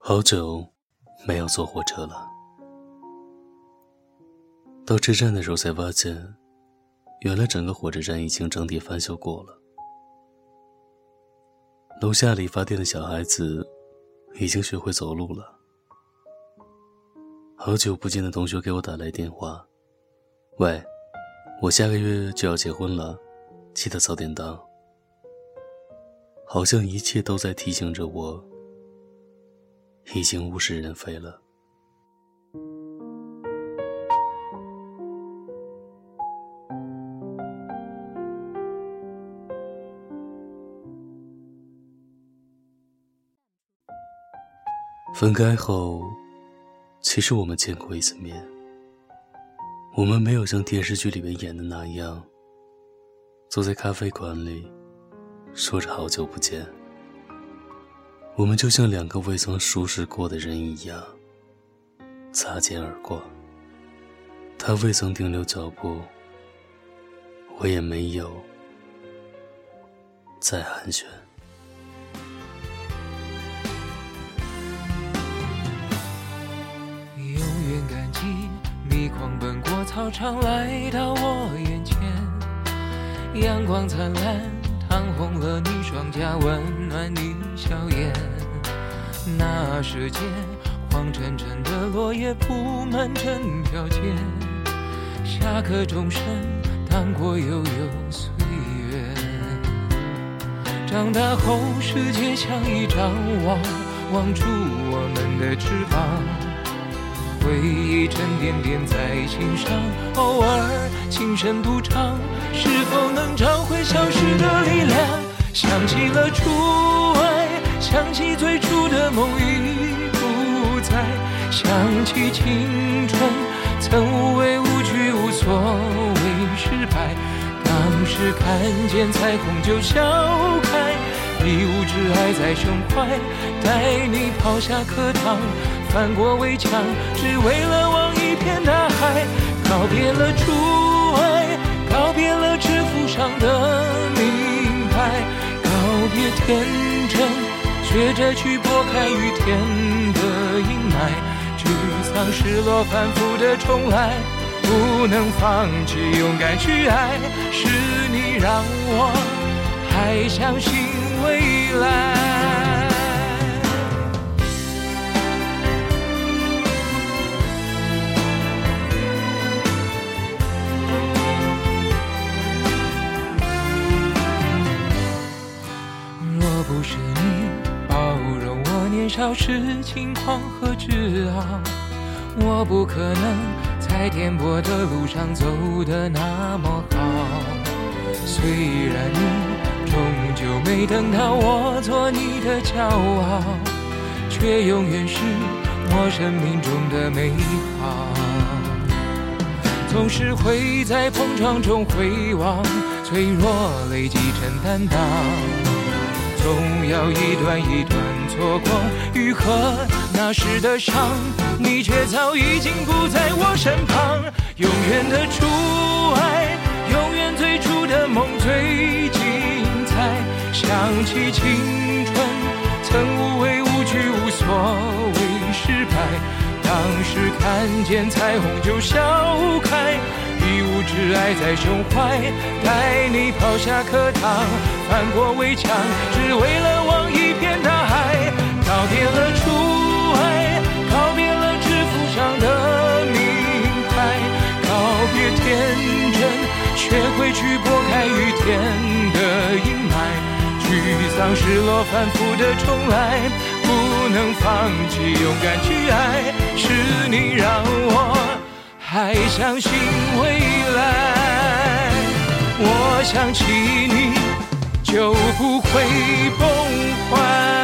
好久没有坐火车了，到车站的时候才发现，原来整个火车站已经整体翻修过了。楼下理发店的小孩子已经学会走路了。好久不见的同学给我打来电话，喂，我下个月就要结婚了，记得早点到。好像一切都在提醒着我，已经物是人非了。分开后，其实我们见过一次面。我们没有像电视剧里面演的那样，坐在咖啡馆里，说着好久不见。我们就像两个未曾熟识过的人一样，擦肩而过。他未曾停留脚步，我也没有再寒暄。 永远感激你狂奔过操场来到我眼前，阳光灿烂烫红了你双颊，温暖你笑颜。那时间黄澄澄的落叶铺满整条街，下课钟声荡过悠悠岁月。长大后世界像一张网，网住我们的翅膀，回忆沉甸甸在心上，偶尔轻声独唱，是否能找回消失的力量？想起了初爱，想起最初的梦已不在，想起青春曾无畏无惧无所谓失败，当时看见彩虹就笑开，一无挚爱在胸怀，带你跑下课堂，翻过围墙，只为了望一片大海。告别了初爱，告别了制服上的名牌，告别天真，学着去拨开雨天的阴霾，沮丧失落反复的重来，不能放弃勇敢去爱，是你让我还相信未来。若不是你包容我年少时轻狂和自傲，我不可能在颠簸的路上走得那么好。虽然你终究没等到我做你的骄傲，却永远是我生命中的美好。总是会在碰撞中回望，脆弱累积成担当，总要一段一段错过，愈合那时的伤，你却早已经不在我身旁。永远的初爱，永远最初的梦最精彩，想起青春曾无畏无惧无所谓失败，当时看见彩虹就笑开，一无挚爱在胸怀，带你跑下课堂，翻过围墙，只为了望一片大海。告别了初爱，告别了制服上的名牌，告别天真，学会去拨开雨天的阴霾，沮丧失落反复的重来，不能放弃勇敢去爱，是你让我还相信未来。我想起你就不会崩坏。